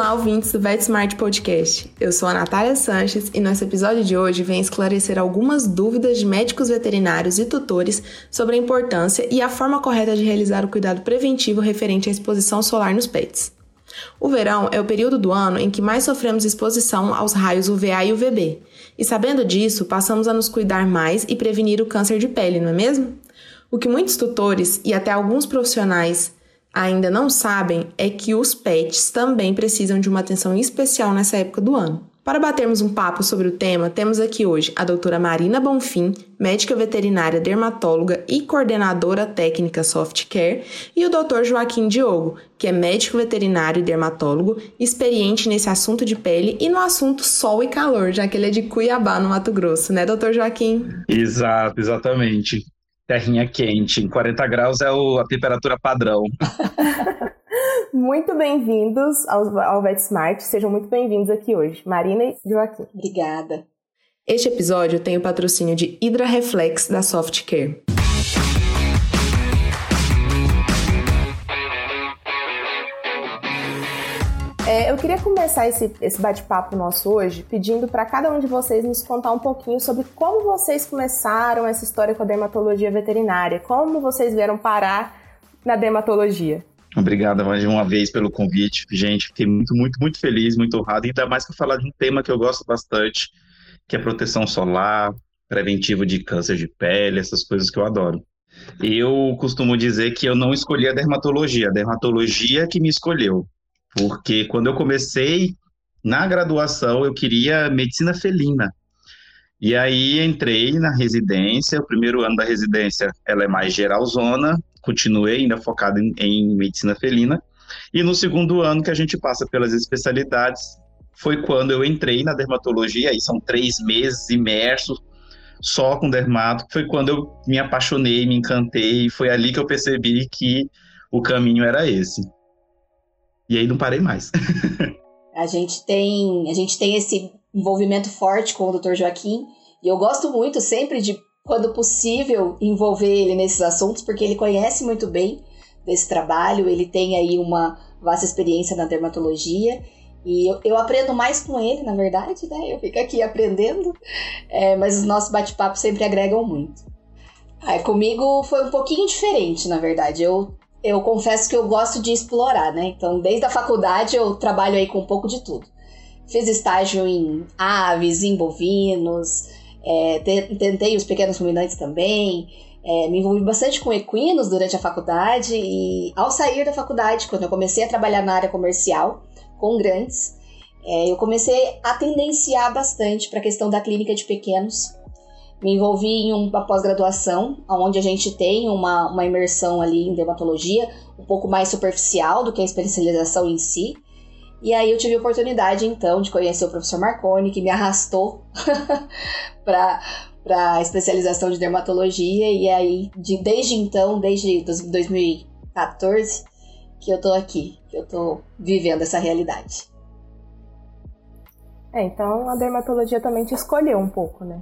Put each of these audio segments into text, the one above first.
Olá, ouvintes do VetSmart Podcast. Eu sou a Natália Sanches e nosso episódio de hoje vem esclarecer algumas dúvidas de médicos veterinários e tutores sobre a importância e a forma correta de realizar o cuidado preventivo referente à exposição solar nos pets. O verão é o período do ano em que mais sofremos exposição aos raios UVA e UVB. E sabendo disso, passamos a nos cuidar mais e prevenir o câncer de pele, não é mesmo? O que muitos tutores e até alguns profissionais ainda não sabem é que os pets também precisam de uma atenção especial nessa época do ano. Para batermos um papo sobre o tema, temos aqui hoje a doutora Marina Bonfim, médica veterinária dermatóloga e coordenadora técnica Soft Care, e o Dr. Joaquim Diogo, que é médico veterinário e dermatólogo, experiente nesse assunto de pele e no assunto sol e calor, já que ele é de Cuiabá, no Mato Grosso, né, Dr. Joaquim? Exato, exatamente. Terrinha quente, em 40 graus é a temperatura padrão. Muito bem-vindos ao VetSmart, sejam muito bem-vindos aqui hoje, Marina e Joaquim. Obrigada. Este episódio tem o patrocínio de Hydra Reflex da Soft Care. Eu queria começar esse bate-papo nosso hoje pedindo para cada um de vocês nos contar um pouquinho sobre como vocês começaram essa história com a dermatologia veterinária, como vocês vieram parar na dermatologia. Obrigado mais de uma vez pelo convite. Gente, fiquei muito feliz, muito honrado, ainda mais que falar de um tema que eu gosto bastante, que é proteção solar, preventivo de câncer de pele, essas coisas que eu adoro. Eu costumo dizer que eu não escolhi a dermatologia que me escolheu. Porque quando eu comecei na graduação, eu queria medicina felina. E aí entrei na residência, o primeiro ano da residência ela é mais geralzona, continuei ainda focado em medicina felina. E no segundo ano que a gente passa pelas especialidades, foi quando eu entrei na dermatologia, aí são 3 meses imerso só com dermato, foi quando eu me apaixonei, me encantei, e foi ali que eu percebi que o caminho era esse. E aí não parei mais. A gente tem esse envolvimento forte com o Dr. Joaquim, e eu gosto muito sempre de, quando possível, envolver ele nesses assuntos, porque ele conhece muito bem desse trabalho, ele tem aí uma vasta experiência na dermatologia, e eu aprendo mais com ele, na verdade, né? Eu fico aqui aprendendo, mas os nossos bate-papos sempre agregam muito. Comigo foi um pouquinho diferente, na verdade. Eu confesso que eu gosto de explorar, né? Então, desde a faculdade eu trabalho aí com um pouco de tudo. Fiz estágio em aves, em bovinos, tentei os pequenos ruminantes também, me envolvi bastante com equinos durante a faculdade e ao sair da faculdade, quando eu comecei a trabalhar na área comercial com grandes, eu comecei a tendenciar bastante para a questão da clínica de pequenos. Me envolvi em uma pós-graduação, onde a gente tem uma imersão ali em dermatologia, um pouco mais superficial do que a especialização em si. E aí eu tive a oportunidade, então, de conhecer o professor Marconi, que me arrastou para a especialização de dermatologia. E aí, desde então, desde 2014, que eu tô aqui, que eu tô vivendo essa realidade. Então a dermatologia também te escolheu um pouco, né?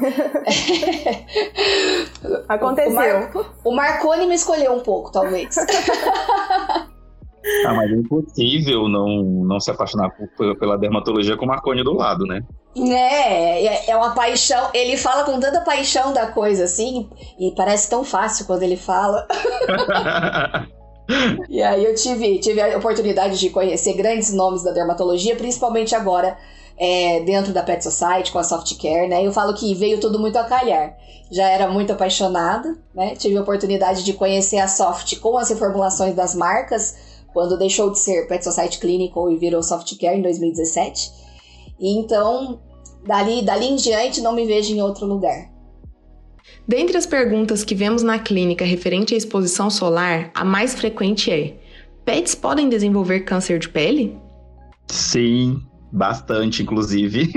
Aconteceu. O Marconi me escolheu um pouco, talvez. Mas é impossível não se apaixonar pela dermatologia com o Marconi do lado, né? É uma paixão. Ele fala com tanta paixão da coisa, assim, e parece tão fácil quando ele fala. E aí eu tive a oportunidade de conhecer grandes nomes da dermatologia, principalmente agora, dentro da Pet Society, com a Soft Care, né? Eu falo que veio tudo muito a calhar. Já era muito apaixonada, né? Tive a oportunidade de conhecer a Soft com as reformulações das marcas, quando deixou de ser Pet Society Clinical e virou Soft Care em 2017. E então, dali em diante, não me vejo em outro lugar. Dentre as perguntas que vemos na clínica referente à exposição solar, a mais frequente é: pets podem desenvolver câncer de pele? Sim, bastante, inclusive.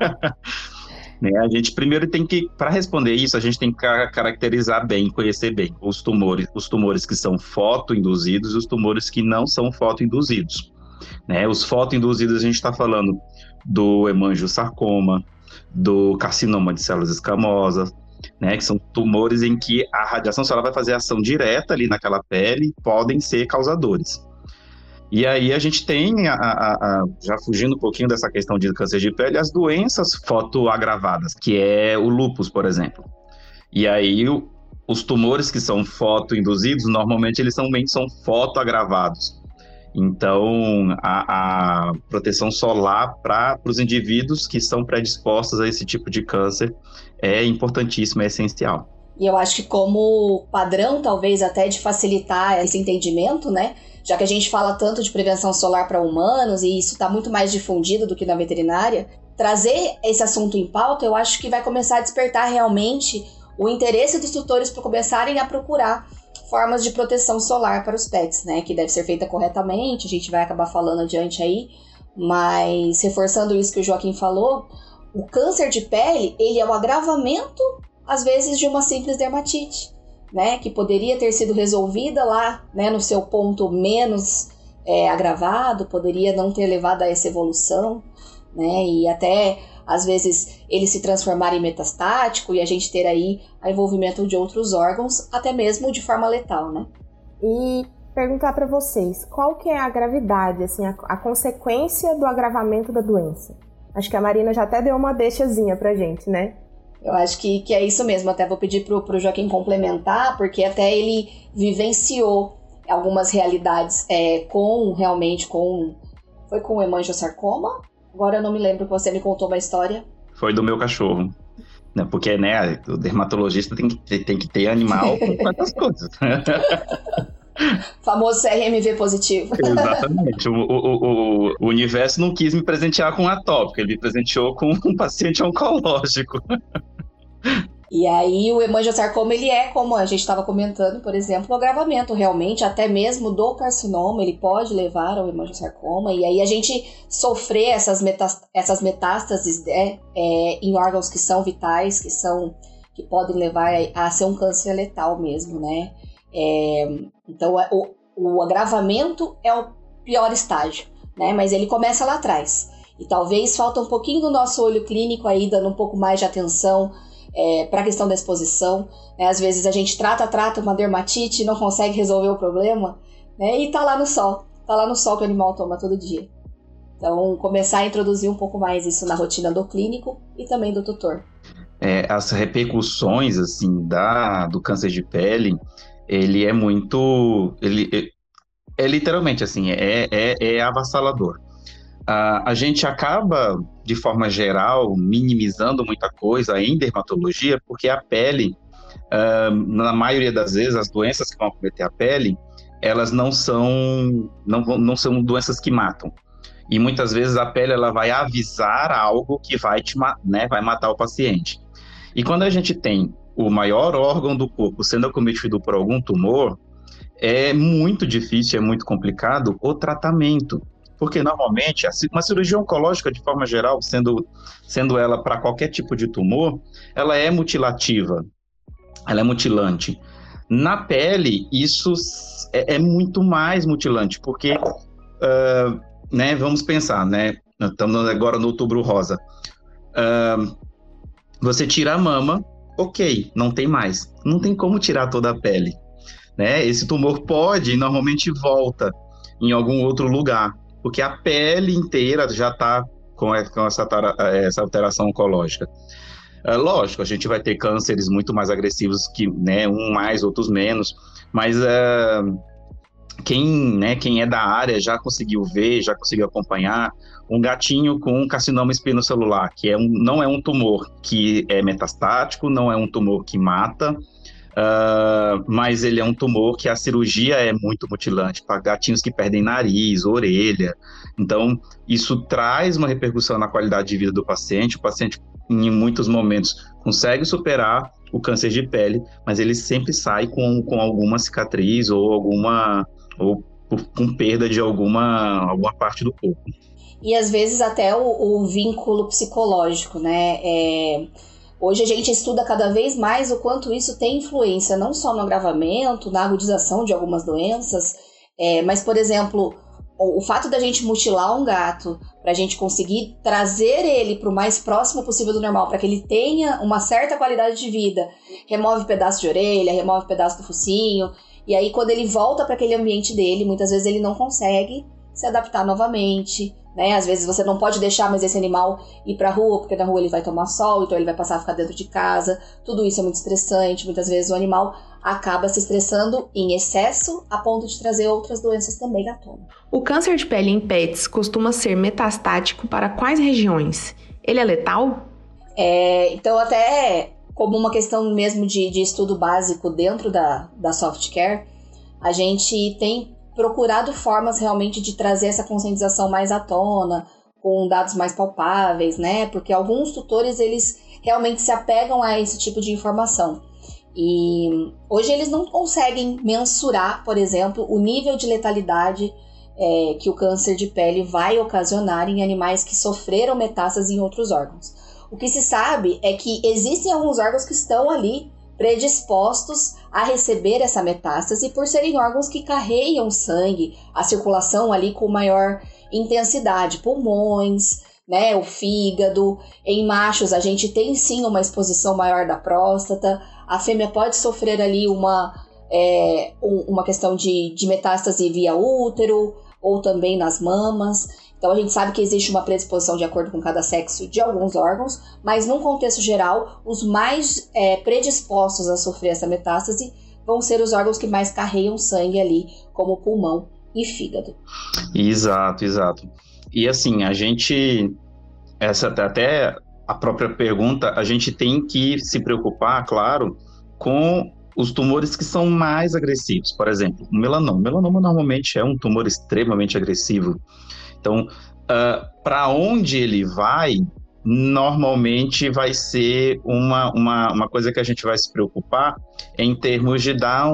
A gente primeiro tem que, para responder isso, a gente tem que caracterizar bem, conhecer bem os tumores que são fotoinduzidos e os tumores que não são fotoinduzidos. Os fotoinduzidos a gente está falando do hemangiosarcoma, do carcinoma de células escamosas, que são tumores em que a radiação solar vai fazer ação direta ali naquela pele, podem ser causadores. E aí a gente tem, já fugindo um pouquinho dessa questão de câncer de pele, as doenças fotoagravadas, que é o lúpus, por exemplo. E aí os tumores que são fotoinduzidos, normalmente eles são fotoagravados. Então, a proteção solar para os indivíduos que são predispostos a esse tipo de câncer é importantíssima, é essencial. E eu acho que como padrão, talvez até de facilitar esse entendimento, né? Já que a gente fala tanto de prevenção solar para humanos e isso está muito mais difundido do que na veterinária, trazer esse assunto em pauta, eu acho que vai começar a despertar realmente o interesse dos tutores para começarem a procurar formas de proteção solar para os pets, né? Que deve ser feita corretamente, a gente vai acabar falando adiante aí, mas reforçando isso que o Joaquim falou, o câncer de pele, ele é o agravamento, às vezes, de uma simples dermatite, né? Que poderia ter sido resolvida lá, né? No seu ponto menos agravado, poderia não ter levado a essa evolução, né? E até, às vezes, ele se transformar em metastático e a gente ter aí o envolvimento de outros órgãos, até mesmo de forma letal, né? E perguntar para vocês, qual que é a gravidade, assim, a consequência do agravamento da doença? Acho que a Marina já até deu uma deixazinha pra gente, né? Eu acho que é isso mesmo, até vou pedir pro Joaquim complementar, porque até ele vivenciou algumas realidades foi com o hemangiosarcoma? Agora eu não me lembro que você me contou uma história. Foi do meu cachorro. Porque, né, o dermatologista tem que ter animal com quantas coisas. Famoso CRMV positivo. Exatamente. O universo não quis me presentear com um atópico, ele me presenteou com um paciente oncológico. E aí o hemangiosarcoma, ele é, como a gente estava comentando, por exemplo, o agravamento realmente, até mesmo do carcinoma, ele pode levar ao hemangiosarcoma, e aí a gente sofrer essas metástases em órgãos que são vitais, que podem levar a ser um câncer letal mesmo, né? Então o agravamento é o pior estágio, né? Mas ele começa lá atrás, e talvez falta um pouquinho do nosso olho clínico aí, dando um pouco mais de atenção para a questão da exposição, né? Às vezes a gente trata uma dermatite e não consegue resolver o problema, né? E tá lá no sol que o animal toma todo dia. Então, começar a introduzir um pouco mais isso na rotina do clínico e também do tutor. As repercussões, assim, do câncer de pele, ele é muito... é literalmente, assim, é avassalador. A gente acaba, de forma geral, minimizando muita coisa em dermatologia, porque a pele, na maioria das vezes, as doenças que vão acometer a pele, elas não são doenças que matam. E muitas vezes a pele ela vai avisar algo que vai matar o paciente. E quando a gente tem o maior órgão do corpo sendo acometido por algum tumor, é muito difícil, é muito complicado o tratamento. Porque, normalmente, uma cirurgia oncológica, de forma geral, sendo ela para qualquer tipo de tumor, ela é mutilativa, ela é mutilante. Na pele, isso é muito mais mutilante, porque, vamos pensar, né? Estamos agora no Outubro Rosa. Você tira a mama, ok, não tem mais. Não tem como tirar toda a pele, né? Esse tumor pode, e normalmente volta em algum outro lugar, porque a pele inteira já está com essa alteração oncológica. Lógico, a gente vai ter cânceres muito mais agressivos, que, né, um mais, outros menos, mas quem é da área já conseguiu ver, já conseguiu acompanhar um gatinho com um carcinoma espinocelular, que não é um tumor que é metastático, não é um tumor que mata, mas ele é um tumor que a cirurgia é muito mutilante, para gatinhos que perdem nariz, orelha. Então, isso traz uma repercussão na qualidade de vida do paciente. O paciente, em muitos momentos, consegue superar o câncer de pele, mas ele sempre sai com alguma cicatriz ou com perda de alguma parte do corpo. E às vezes até o vínculo psicológico, né? Hoje a gente estuda cada vez mais o quanto isso tem influência, não só no agravamento, na agudização de algumas doenças, mas, por exemplo, o fato da gente mutilar um gato, para a gente conseguir trazer ele para o mais próximo possível do normal, para que ele tenha uma certa qualidade de vida, remove pedaço de orelha, remove pedaço do focinho, e aí quando ele volta para aquele ambiente dele, muitas vezes ele não consegue se adaptar novamente, né? Às vezes você não pode deixar mais esse animal ir pra rua, porque na rua ele vai tomar sol, então ele vai passar a ficar dentro de casa. Tudo isso é muito estressante. Muitas vezes o animal acaba se estressando em excesso a ponto de trazer outras doenças também à tona. O câncer de pele em pets costuma ser metastático para quais regiões? Ele é letal? Então, até como uma questão mesmo de estudo básico dentro da soft care, a gente tem procurado formas realmente de trazer essa conscientização mais à tona, com dados mais palpáveis, né? Porque alguns tutores, eles realmente se apegam a esse tipo de informação. E hoje eles não conseguem mensurar, por exemplo, o nível de letalidade que o câncer de pele vai ocasionar em animais que sofreram metástase em outros órgãos. O que se sabe é que existem alguns órgãos que estão ali predispostos a receber essa metástase por serem órgãos que carregam sangue, a circulação ali com maior intensidade, pulmões, né, o fígado. Em machos a gente tem sim uma exposição maior da próstata, a fêmea pode sofrer ali uma questão de metástase via útero ou também nas mamas. Então a gente sabe que existe uma predisposição de acordo com cada sexo de alguns órgãos, mas num contexto geral, os mais predispostos a sofrer essa metástase vão ser os órgãos que mais carregam sangue ali, como pulmão e fígado. Exato. E assim, essa até a própria pergunta, a gente tem que se preocupar, claro, com os tumores que são mais agressivos. Por exemplo, o melanoma. O melanoma normalmente é um tumor extremamente agressivo. Então, para onde ele vai, normalmente vai ser uma coisa que a gente vai se preocupar em termos de dar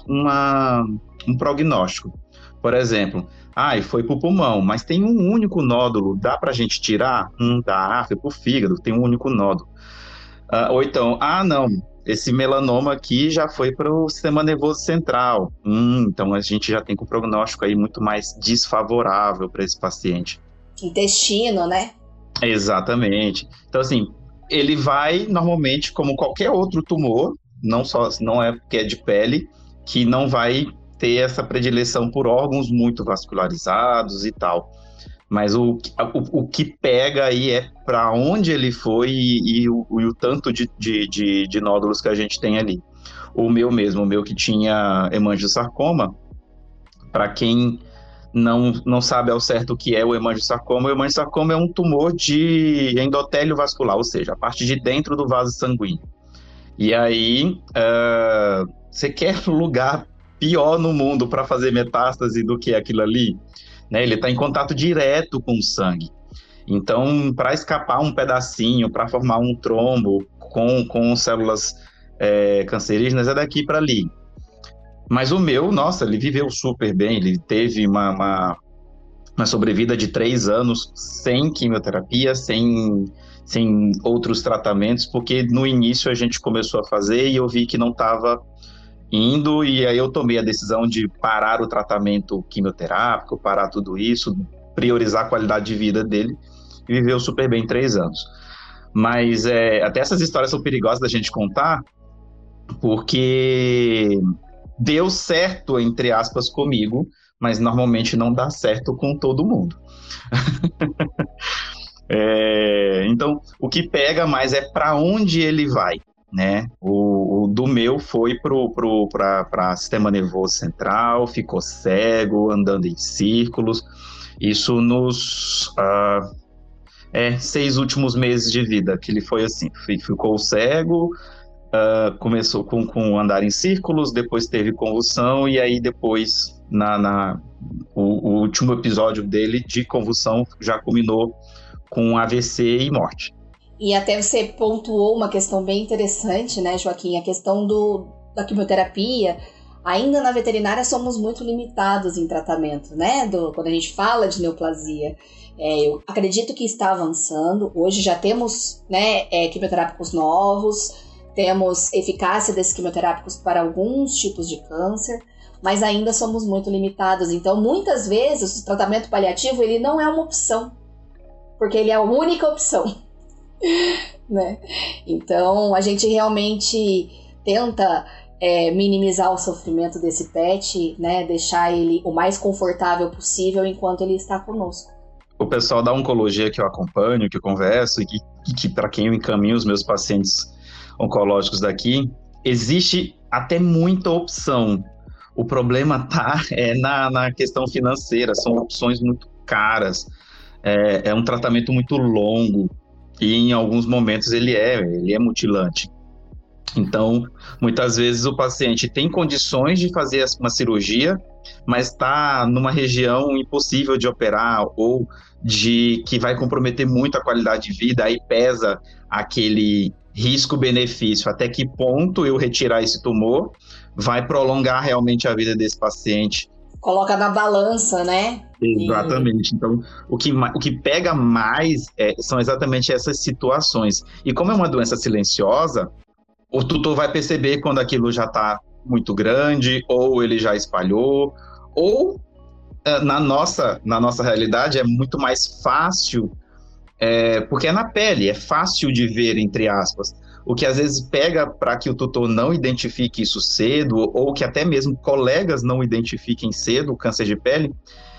um prognóstico. Por exemplo, foi para o pulmão, mas tem um único nódulo, dá para a gente tirar? Não dá, foi para o fígado, tem um único nódulo. Ou então, não, esse melanoma aqui já foi para o sistema nervoso central. Então a gente já tem um prognóstico aí muito mais desfavorável para esse paciente. Intestino, né? Exatamente. Então, assim, ele vai normalmente, como qualquer outro tumor, não é porque é de pele, que não vai ter essa predileção por órgãos muito vascularizados e tal. Mas o que pega aí é para onde ele foi e o tanto de nódulos que a gente tem ali. O meu que tinha hemangiosarcoma, para quem não sabe ao certo o que é o hemangiosarcoma é um tumor de endotélio vascular, ou seja, a parte de dentro do vaso sanguíneo. E aí, você quer lugar pior no mundo para fazer metástase do que aquilo ali? Né? Ele está em contato direto com o sangue. Então, para escapar um pedacinho, para formar um trombo com células cancerígenas, é daqui para ali. Mas o meu, nossa, ele viveu super bem, ele teve uma sobrevida de 3 anos sem quimioterapia, sem outros tratamentos, porque no início a gente começou a fazer e eu vi que não estava indo, e aí eu tomei a decisão de parar o tratamento quimioterápico, parar tudo isso, priorizar a qualidade de vida dele, e viveu super bem 3 anos. Mas até essas histórias são perigosas da gente contar, porque deu certo, entre aspas, comigo, mas normalmente não dá certo com todo mundo. Então, o que pega mais é para onde ele vai, né? O do meu foi para sistema nervoso central, ficou cego, andando em círculos. Isso nos 6 últimos meses de vida, que ele foi assim, ficou cego, começou com andar em círculos, depois teve convulsão, e aí depois, o último episódio dele de convulsão já culminou com AVC e morte. E até você pontuou uma questão bem interessante, né, Joaquim? A questão da quimioterapia. Ainda na veterinária somos muito limitados em tratamento, né? Quando a gente fala de neoplasia. Eu acredito que está avançando. Hoje já temos, né, quimioterápicos novos, temos eficácia desses quimioterápicos para alguns tipos de câncer, mas ainda somos muito limitados. Então, muitas vezes, o tratamento paliativo ele não é uma opção, porque ele é a única opção. Né? Então, a gente realmente tenta minimizar o sofrimento desse pet, né? Deixar ele o mais confortável possível enquanto ele está conosco. O pessoal da oncologia que eu acompanho, que eu converso, e que para quem eu encaminho os meus pacientes oncológicos daqui, existe até muita opção. O problema na questão financeira, são opções muito caras, é um tratamento muito longo e em alguns momentos ele é mutilante. Então, muitas vezes o paciente tem condições de fazer uma cirurgia, mas está numa região impossível de operar ou que vai comprometer muito a qualidade de vida, aí pesa aquele risco-benefício, até que ponto eu retirar esse tumor vai prolongar realmente a vida desse paciente. Coloca na balança, né? Exatamente. Então, o que pega mais são exatamente essas situações. E como é uma doença silenciosa, o tutor vai perceber quando aquilo já está muito grande, ou ele já espalhou, ou na nossa realidade é muito mais fácil, porque é na pele, é fácil de ver, entre aspas. O que às vezes pega para que o tutor não identifique isso cedo, ou que até mesmo colegas não identifiquem cedo o câncer de pele,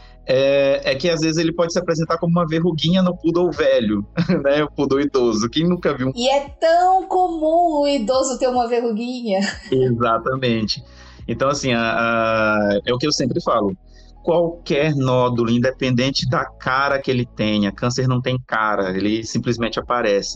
é que às vezes ele pode se apresentar como uma verruguinha no poodle velho, né? O poodle idoso. Quem nunca viu? E é tão comum o idoso ter uma verruguinha. Exatamente. Então, assim, é o que eu sempre falo. Qualquer nódulo, independente da cara que ele tenha, câncer não tem cara, ele simplesmente aparece.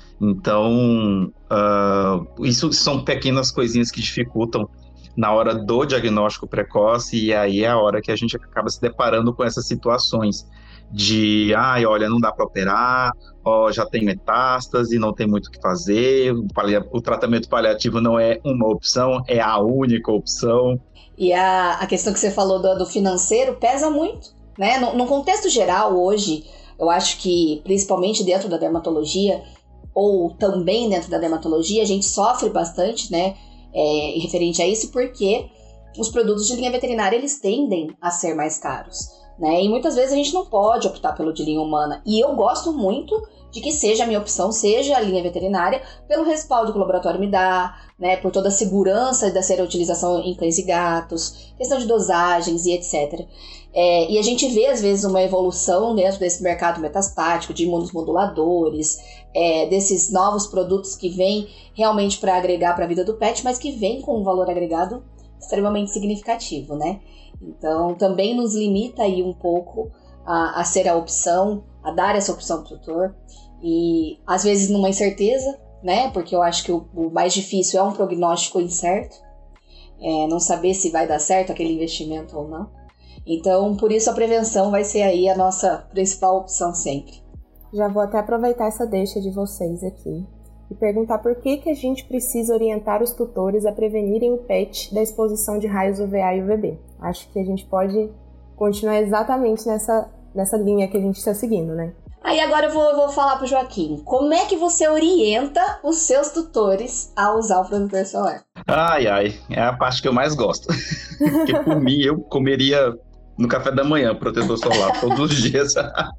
Então, isso são pequenas coisinhas que dificultam na hora do diagnóstico precoce, e aí é a hora que a gente acaba se deparando com essas situações de, olha, não dá para operar, já tem metástase, não tem muito o que fazer, o tratamento paliativo não é uma opção, é a única opção. E a questão que você falou do financeiro pesa muito, né? No contexto geral, hoje, eu acho que, principalmente dentro da dermatologia, ou também dentro da dermatologia, a gente sofre bastante, né? Referente a isso, porque os produtos de linha veterinária, eles tendem a ser mais caros, né? E muitas vezes a gente não pode optar pelo de linha humana. E eu gosto muito de que seja a minha opção, seja a linha veterinária, pelo respaldo que o laboratório me dá, né? Por toda a segurança da utilização em cães e gatos, questão de dosagens e etc. E a gente vê, às vezes, uma evolução dentro desse mercado metastático, de imunomoduladores, desses novos produtos que vêm realmente para agregar para a vida do pet, mas que vêm com um valor agregado extremamente significativo, né? Então, também nos limita aí um pouco a ser a opção, a dar essa opção para o tutor. E, às vezes, numa incerteza, né? Porque eu acho que o mais difícil é um prognóstico incerto, não saber se vai dar certo aquele investimento ou não. Então, por isso a prevenção vai ser aí a nossa principal opção sempre. Já vou até aproveitar essa deixa de vocês aqui e perguntar por que a gente precisa orientar os tutores a prevenirem o pet da exposição de raios UVA e UVB. Acho que a gente pode continuar exatamente nessa linha que a gente está seguindo, né? Aí agora eu vou falar pro Joaquim, como é que você orienta os seus tutores a usar o protetor solar? É a parte que eu mais gosto. Porque por mim, eu comeria no café da manhã protetor solar todos os dias.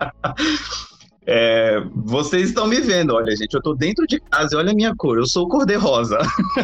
Vocês estão me vendo, olha, gente, eu tô dentro de casa e olha a minha cor, eu sou cor-de-rosa.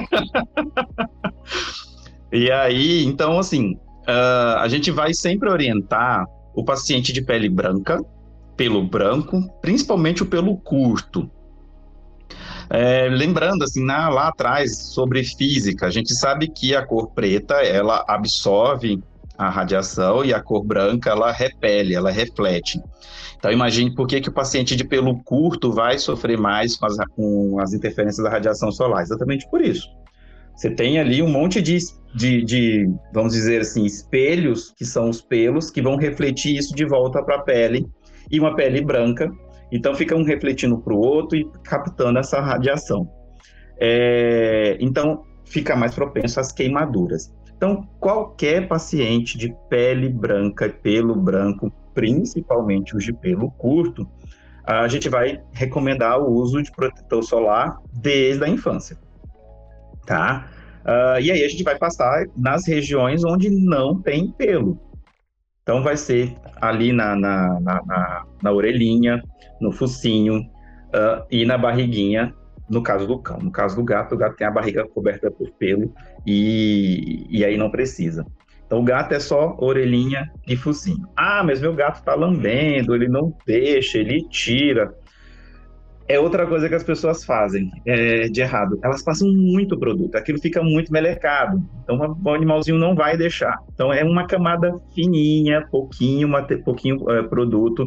E aí, então, assim, a gente vai sempre orientar o paciente de pele branca, pelo branco, principalmente o pelo curto. Lembrando, assim, lá atrás, sobre física, a gente sabe que a cor preta, ela absorve a radiação e a cor branca, ela repele, ela reflete. Então, imagine por que o paciente de pelo curto vai sofrer mais com as interferências da radiação solar. Exatamente por isso. Você tem ali um monte de, vamos dizer assim, espelhos, que são os pelos, que vão refletir isso de volta para a pele, e uma pele branca, então fica um refletindo para o outro e captando essa radiação. Então, fica mais propenso às queimaduras. Então, qualquer paciente de pele branca, pelo branco, principalmente os de pelo curto, a gente vai recomendar o uso de protetor solar desde a infância, tá? E aí a gente vai passar nas regiões onde não tem pelo. Então, vai ser ali na orelhinha, no focinho e na barriguinha no caso do cão. No caso do gato, o gato tem a barriga coberta por pelo e aí não precisa. Então, o gato é só orelhinha e focinho. Ah, mas meu gato tá lambendo, ele não deixa, ele tira. É outra coisa que as pessoas fazem de errado. Elas passam muito produto, aquilo fica muito melecado. Então, o animalzinho não vai deixar. Então, é uma camada fininha, pouquinho produto.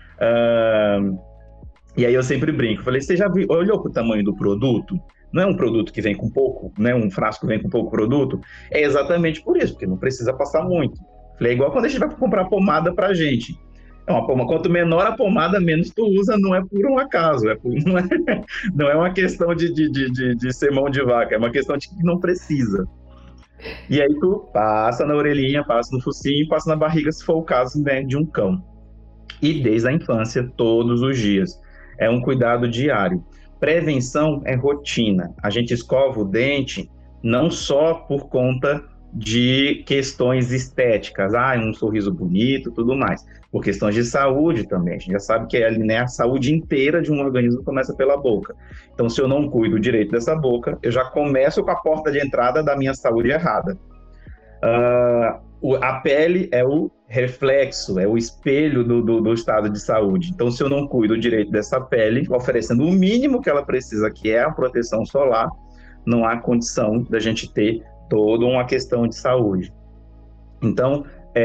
E aí eu sempre brinco. Falei, você já olhou para o tamanho do produto? Não é um produto que vem com pouco, não é um frasco que vem com pouco produto? É exatamente por isso, porque não precisa passar muito. Falei, é igual quando a gente vai comprar pomada pra gente. É uma pomada, quanto menor a pomada, menos tu usa, não é por um acaso, não é uma questão de ser mão de vaca, é uma questão de que não precisa. E aí tu passa na orelhinha, passa no focinho, passa na barriga, se for o caso, né, de um cão. E desde a infância, todos os dias. É um cuidado diário. Prevenção é rotina. A gente escova o dente não só por conta de questões estéticas, um sorriso bonito, tudo mais, por questões de saúde também. A gente já sabe que a saúde inteira de um organismo começa pela boca. Então, se eu não cuido direito dessa boca, eu já começo com a porta de entrada da minha saúde errada. A pele é o reflexo, é o espelho do estado de saúde. Então, se eu não cuido direito dessa pele, oferecendo o mínimo que ela precisa, que é a proteção solar, não há condição da gente ter toda uma questão de saúde. Então,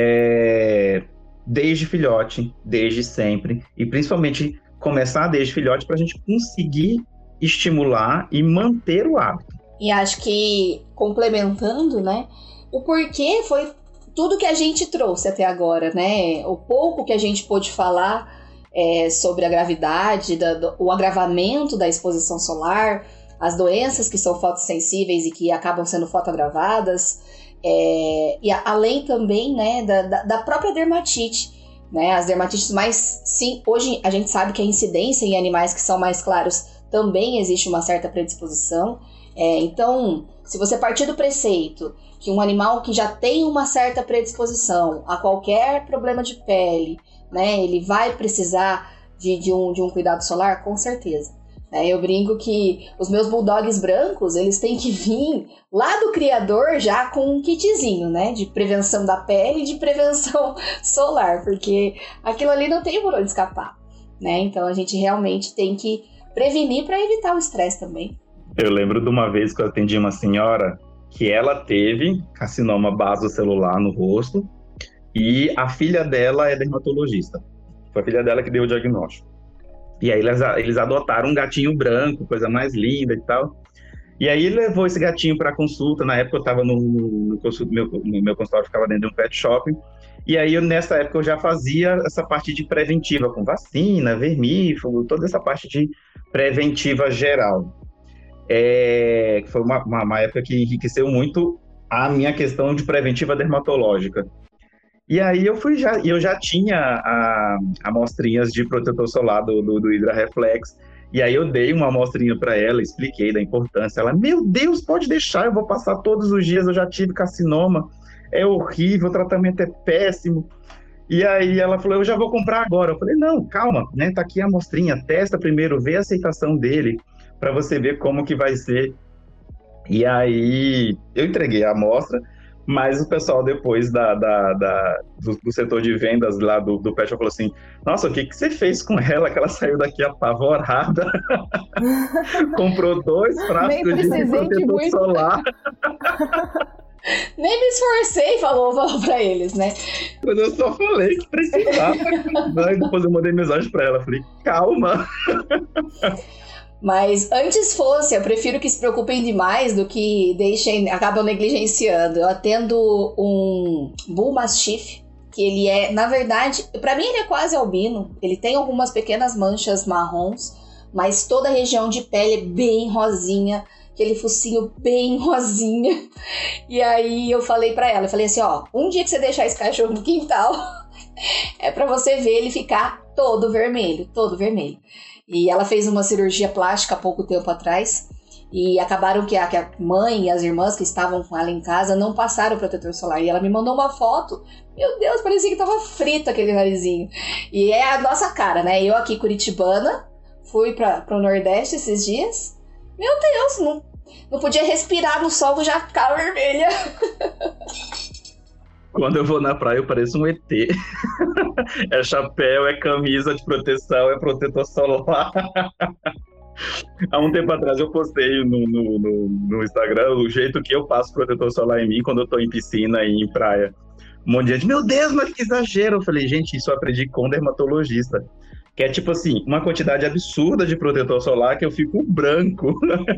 desde filhote, desde sempre, e principalmente começar desde filhote para a gente conseguir estimular e manter o hábito. E acho que, complementando, né, o porquê foi tudo que a gente trouxe até agora, né? O pouco que a gente pôde falar sobre a gravidade, o agravamento da exposição solar, as doenças que são fotossensíveis e que acabam sendo fotoagravadas, e além também, né, da própria dermatite, né? As dermatites sim, hoje a gente sabe que a incidência em animais que são mais claros também existe uma certa predisposição. Então, se você partir do preceito que um animal que já tem uma certa predisposição a qualquer problema de pele, né, ele vai precisar de um cuidado solar, com certeza. Eu brinco que os meus bulldogs brancos, eles têm que vir lá do criador já com um kitzinho, né, de prevenção da pele e de prevenção solar, porque aquilo ali não tem por onde escapar, né? Então a gente realmente tem que prevenir para evitar o estresse também. Eu lembro de uma vez que eu atendi uma senhora que ela teve carcinoma basocelular no rosto e a filha dela é dermatologista. Foi a filha dela que deu o diagnóstico. E aí eles adotaram um gatinho branco, coisa mais linda e tal. E aí levou esse gatinho para consulta. Na época eu estava no meu consultório, ficava dentro de um pet shopping. E aí nessa época eu já fazia essa parte de preventiva com vacina, vermífugo, toda essa parte de preventiva geral. Foi uma época que enriqueceu muito a minha questão de preventiva dermatológica. E aí eu já tinha amostrinhas de protetor solar do Hydra Reflex, e aí eu dei uma amostrinha para ela, expliquei da importância. Ela, meu Deus, pode deixar, eu vou passar todos os dias, eu já tive carcinoma, é horrível, o tratamento é péssimo. E aí ela falou, eu já vou comprar agora. Eu falei, não, calma, né? Tá aqui a amostrinha, testa primeiro, vê a aceitação dele, para você ver como que vai ser. E aí eu entreguei a amostra, mas o pessoal depois do setor de vendas lá do Pet Shop falou assim, nossa, o que você fez com ela, que ela saiu daqui apavorada, comprou 2 frascos de protetor solar. Nem me esforcei, falou pra eles, né? Mas eu só falei que precisava. Depois eu mandei mensagem pra ela, falei, calma. Mas antes eu prefiro que se preocupem demais do que acabam negligenciando. Eu atendo um Bull Mastiff, que ele é, na verdade, pra mim ele é quase albino. Ele tem algumas pequenas manchas marrons, mas toda a região de pele é bem rosinha, aquele focinho bem rosinha. E aí eu falei pra ela, assim, um dia que você deixar esse cachorro no quintal, é pra você ver ele ficar todo vermelho. E ela fez uma cirurgia plástica há pouco tempo atrás, e acabaram que a mãe e as irmãs que estavam com ela em casa não passaram o protetor solar. E ela me mandou uma foto, meu Deus, parecia que tava frito aquele narizinho. E é a nossa cara, né? Eu aqui, curitibana, fui para o Nordeste esses dias, Meu Deus, não podia respirar no sol, já ficava vermelha. Quando eu vou na praia, eu pareço um ET. É chapéu, é camisa de proteção, é protetor solar. Há um tempo atrás eu postei no Instagram o jeito que eu passo protetor solar em mim quando eu tô em piscina e em praia. Um monte de gente, meu Deus, mas que exagero. Eu falei, gente, isso eu aprendi com um dermatologista. Que é tipo assim, uma quantidade absurda de protetor solar que eu fico branco.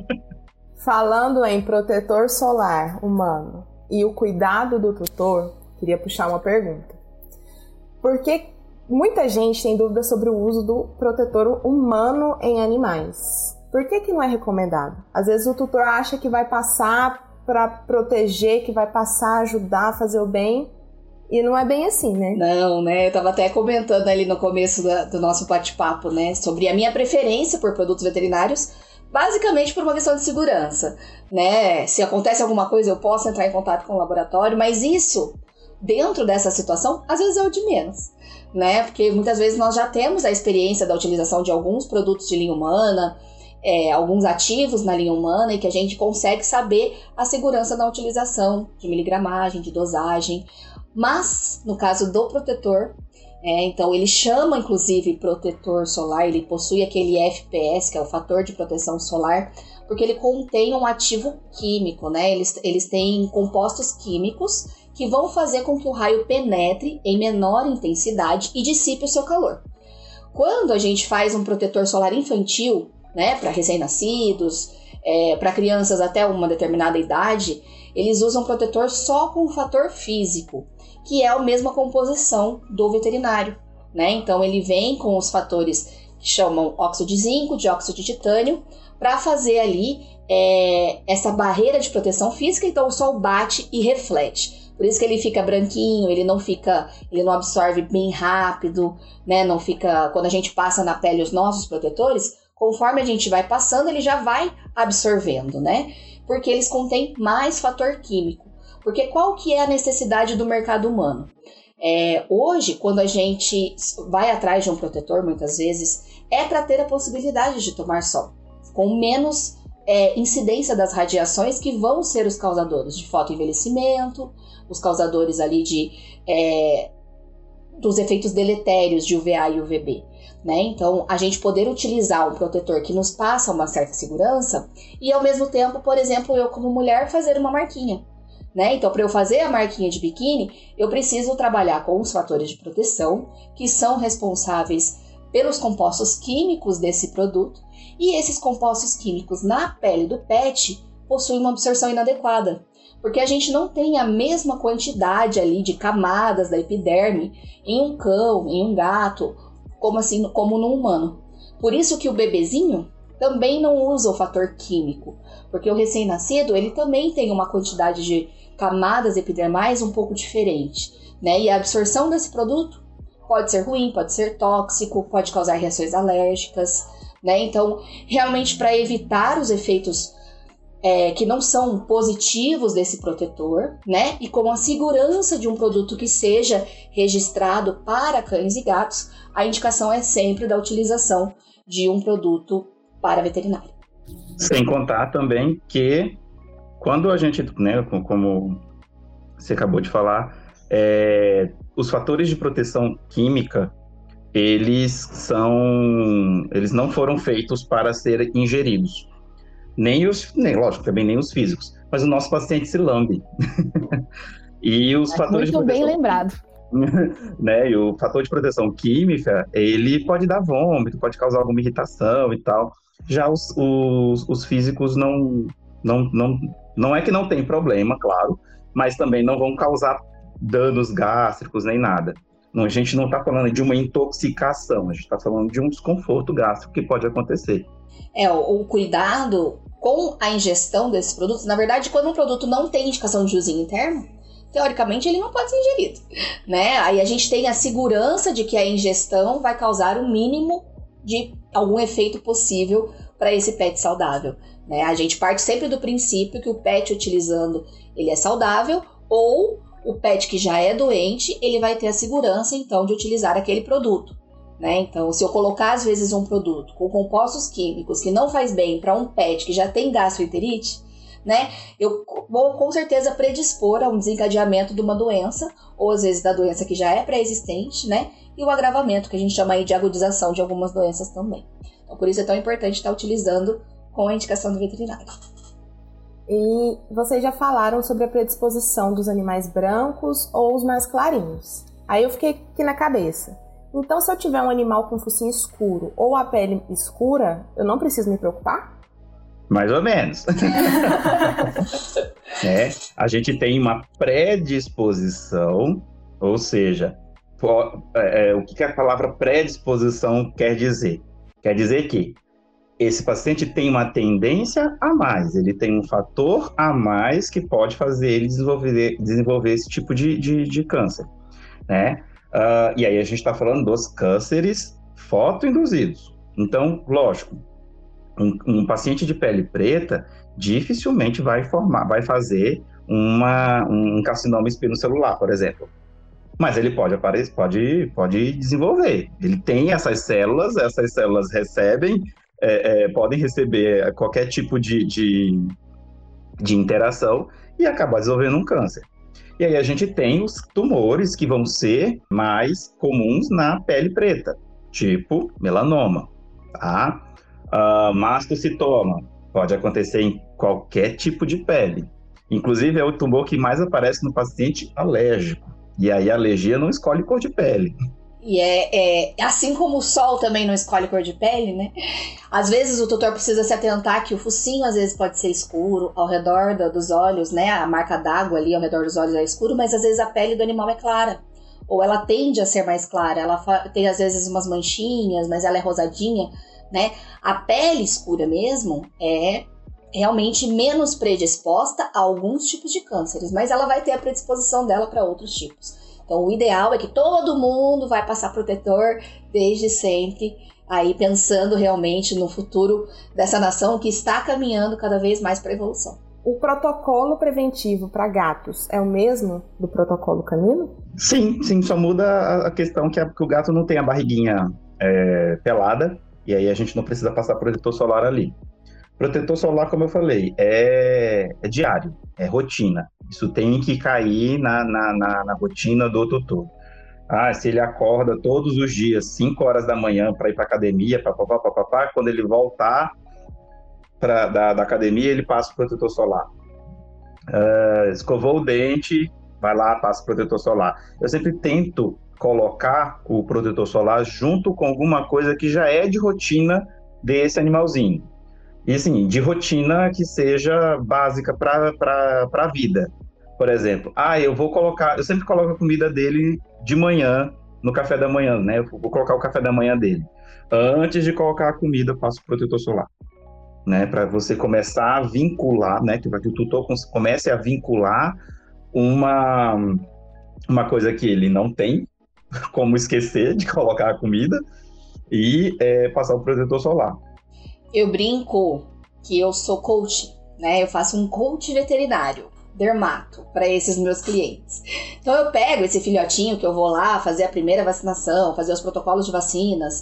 Falando em protetor solar humano e o cuidado do tutor, queria puxar uma pergunta. Por que muita gente tem dúvida sobre o uso do protetor humano em animais? Por que não é recomendado? Às vezes o tutor acha que vai passar para proteger, que vai passar a ajudar a fazer o bem, e não é bem assim, né? Não, né? Eu tava até comentando ali no começo do nosso bate-papo, né? Sobre a minha preferência por produtos veterinários, basicamente por uma questão de segurança, né? Se acontece alguma coisa, eu posso entrar em contato com o laboratório, mas isso, dentro dessa situação, às vezes é o de menos, né? Porque muitas vezes nós já temos a experiência da utilização de alguns produtos de linha humana, alguns ativos na linha humana, e que a gente consegue saber a segurança na utilização de miligramagem, de dosagem. Mas, no caso do protetor, então ele chama inclusive protetor solar, ele possui aquele FPS, que é o fator de proteção solar, porque ele contém um ativo químico, né? Eles têm compostos químicos que vão fazer com que o raio penetre em menor intensidade e dissipe o seu calor. Quando a gente faz um protetor solar infantil, né, para recém-nascidos, para crianças até uma determinada idade, eles usam protetor só com o fator físico, que é a mesma composição do veterinário, né? Então ele vem com os fatores que chamam óxido de zinco, dióxido de titânio, para fazer ali essa barreira de proteção física. Então o sol bate e reflete. Por isso que ele fica branquinho, ele não absorve bem rápido, né? Não fica, quando a gente passa na pele os nossos protetores, conforme a gente vai passando, ele já vai absorvendo, né? Porque eles contêm mais fator químico. Porque qual que é a necessidade do mercado humano? Hoje, quando a gente vai atrás de um protetor, muitas vezes, é para ter a possibilidade de tomar sol, com menos incidência das radiações que vão ser os causadores de fotoenvelhecimento, os causadores ali dos efeitos deletérios de UVA e UVB. Né? Então, a gente poder utilizar um protetor que nos passa uma certa segurança e, ao mesmo tempo, por exemplo, eu como mulher fazer uma marquinha. Né? Então, para eu fazer a marquinha de biquíni, eu preciso trabalhar com os fatores de proteção que são responsáveis pelos compostos químicos desse produto, e esses compostos químicos na pele do pet possuem uma absorção inadequada, porque a gente não tem a mesma quantidade ali de camadas da epiderme em um cão, em um gato, como no humano. Por isso que o bebezinho também não usa o fator químico, porque o recém-nascido ele também tem uma quantidade de camadas epidermais um pouco diferente, né? E a absorção desse produto pode ser ruim, pode ser tóxico, pode causar reações alérgicas, né? Então, realmente, para evitar os efeitos que não são positivos desse protetor, né? E com a segurança de um produto que seja registrado para cães e gatos, a indicação é sempre da utilização de um produto para veterinário. Sem contar também que quando a gente, né, como você acabou de falar, os fatores de proteção química, eles não foram feitos para serem ingeridos. Lógico, também nem os físicos, mas o nosso paciente se lambe. E os fatores muito de proteção, bem lembrado. Né, e o fator de proteção química, ele pode dar vômito, pode causar alguma irritação e tal. Já os físicos não é que não tem problema, claro, mas também não vão causar danos gástricos nem nada. A gente não está falando de uma intoxicação, a gente está falando de um desconforto gástrico que pode acontecer. O cuidado com a ingestão desses produtos, na verdade, quando um produto não tem indicação de uso interno, teoricamente ele não pode ser ingerido, né? Aí a gente tem a segurança de que a ingestão vai causar o mínimo de algum efeito possível para esse pet saudável, né? A gente parte sempre do princípio que o pet utilizando ele é saudável, ou o pet que já é doente, ele vai ter a segurança então de utilizar aquele produto. né? Então, se eu colocar às vezes um produto com compostos químicos que não faz bem para um pet que já tem gastroenterite, né? Eu vou com certeza predispor a um desencadeamento de uma doença, ou às vezes da doença que já é pré-existente, né? E o agravamento, que a gente chama aí de agudização de algumas doenças também. Então, por isso é tão importante estar utilizando com a indicação do veterinário. E vocês já falaram sobre a predisposição dos animais brancos ou os mais clarinhos. Aí eu fiquei aqui na cabeça. Então, se eu tiver um animal com focinho escuro ou a pele escura, eu não preciso me preocupar? Mais ou menos. A gente tem uma predisposição, ou seja, o que a palavra predisposição quer dizer? Quer dizer que esse paciente tem uma tendência a mais, ele tem um fator a mais que pode fazer ele desenvolver esse tipo de câncer, né? E aí a gente está falando dos cânceres fotoinduzidos. Então, lógico, um paciente de pele preta dificilmente vai fazer um carcinoma espinocelular, por exemplo. Mas ele pode desenvolver. Ele tem essas células recebem, podem receber qualquer tipo de interação e acabar desenvolvendo um câncer. E aí a gente tem os tumores que vão ser mais comuns na pele preta, tipo melanoma, tá? Mastocitoma, pode acontecer em qualquer tipo de pele. Inclusive é o tumor que mais aparece no paciente alérgico. E aí a alergia não escolhe cor de pele. E assim como o sol também não escolhe cor de pele, né? Às vezes o tutor precisa se atentar que o focinho às vezes pode ser escuro, ao redor dos olhos, né? A marca d'água ali ao redor dos olhos é escuro, mas às vezes a pele do animal é clara. Ou ela tende a ser mais clara, ela tem às vezes umas manchinhas, mas ela é rosadinha, né? A pele escura mesmo é realmente menos predisposta a alguns tipos de cânceres, mas ela vai ter a predisposição dela para outros tipos. Então, o ideal é que todo mundo vai passar protetor desde sempre, aí pensando realmente no futuro dessa nação que está caminhando cada vez mais para a evolução. O protocolo preventivo para gatos é o mesmo do protocolo canino? Sim, só muda a questão que o gato não tem a barriguinha pelada, e aí a gente não precisa passar protetor solar ali. Protetor solar, como eu falei, é diário, é rotina. Isso tem que cair na rotina do tutor. Se ele acorda todos os dias, 5 horas da manhã, para ir para academia, quando ele voltar da academia, ele passa o protetor solar. Escovou o dente, vai lá, passa o protetor solar. Eu sempre tento colocar o protetor solar junto com alguma coisa que já é de rotina desse animalzinho. E assim, de rotina que seja básica para a vida. Por exemplo, eu sempre coloco a comida dele de manhã, no café da manhã, né? Eu vou colocar o café da manhã dele. Antes de colocar a comida, eu passo o protetor solar, né? Para você começar a vincular, né? Para que o tutor comece a vincular uma coisa que ele não tem como esquecer de colocar a comida e passar o protetor solar. Eu brinco que eu sou coach, né? Eu faço um coach veterinário, dermato, para esses meus clientes. Então eu pego esse filhotinho que eu vou lá fazer a primeira vacinação, fazer os protocolos de vacinas,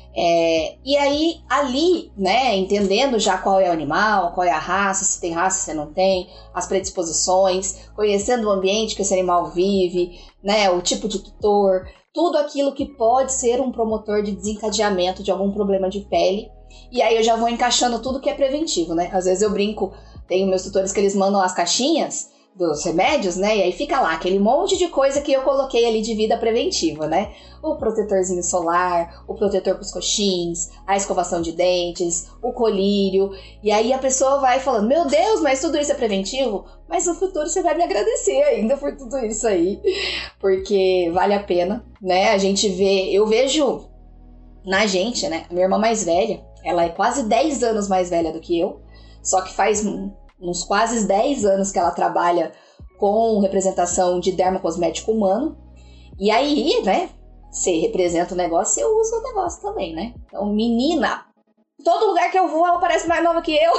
e aí ali, né, entendendo já qual é o animal, qual é a raça, se tem raça, se não tem, as predisposições, conhecendo o ambiente que esse animal vive, né, o tipo de tutor, tudo aquilo que pode ser um promotor de desencadeamento de algum problema de pele. E aí eu já vou encaixando tudo que é preventivo, né? Às vezes eu brinco, tenho meus tutores que eles mandam as caixinhas dos remédios, né? E aí fica lá aquele monte de coisa que eu coloquei ali de vida preventiva, né? O protetorzinho solar, o protetor pros coxins, a escovação de dentes, o colírio. E aí a pessoa vai falando, meu Deus, mas tudo isso é preventivo? Mas no futuro você vai me agradecer ainda por tudo isso aí. Porque vale a pena, né? Eu vejo na gente, né? A minha irmã mais velha, ela é quase 10 anos mais velha do que eu, só que faz uns quase 10 anos que ela trabalha com representação de dermocosmético humano. E aí, né, você representa o negócio, você usa o negócio também, né? Então, menina, todo lugar que eu vou, ela parece mais nova que eu.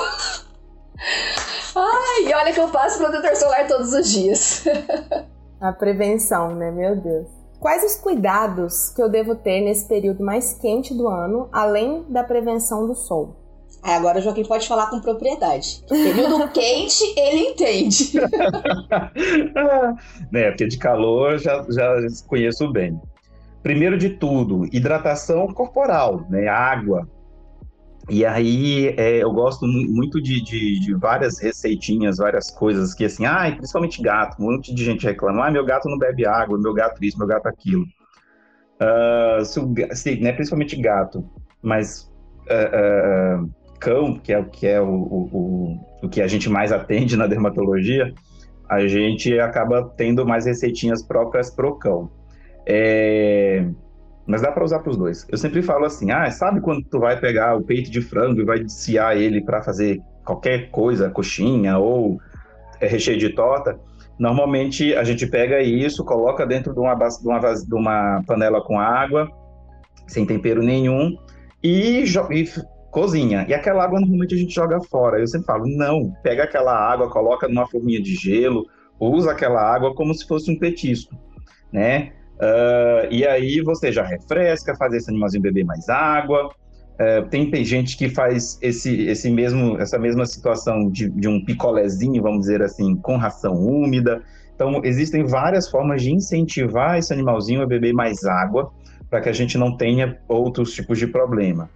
Ai, e olha que eu passo protetor solar todos os dias. A prevenção, né? Meu Deus. Quais os cuidados que eu devo ter nesse período mais quente do ano, além da prevenção do sol? Agora o Joaquim pode falar com propriedade. Período quente, ele entende. Porque de calor já conheço bem. Primeiro de tudo, hidratação corporal, né? Água. E aí eu gosto muito de várias receitinhas, várias coisas que assim, principalmente gato, um monte de gente reclama, meu gato não bebe água, meu gato isso, meu gato aquilo. Né, principalmente gato, mas cão, que é o que a gente mais atende na dermatologia, a gente acaba tendo mais receitinhas próprias pro cão. Mas dá para usar para os dois. Eu sempre falo assim, sabe quando tu vai pegar o peito de frango e vai desfiar ele para fazer qualquer coisa, coxinha ou recheio de torta? Normalmente a gente pega isso, coloca dentro de uma panela com água, sem tempero nenhum, e cozinha. E aquela água normalmente a gente joga fora. Eu sempre falo, não, pega aquela água, coloca numa forminha de gelo, usa aquela água como se fosse um petisco, né? E aí você já refresca, faz esse animalzinho beber mais água. Tem gente que faz essa mesma situação de um picolézinho, vamos dizer assim, com ração úmida. Então existem várias formas de incentivar esse animalzinho a beber mais água, para que a gente não tenha outros tipos de problema.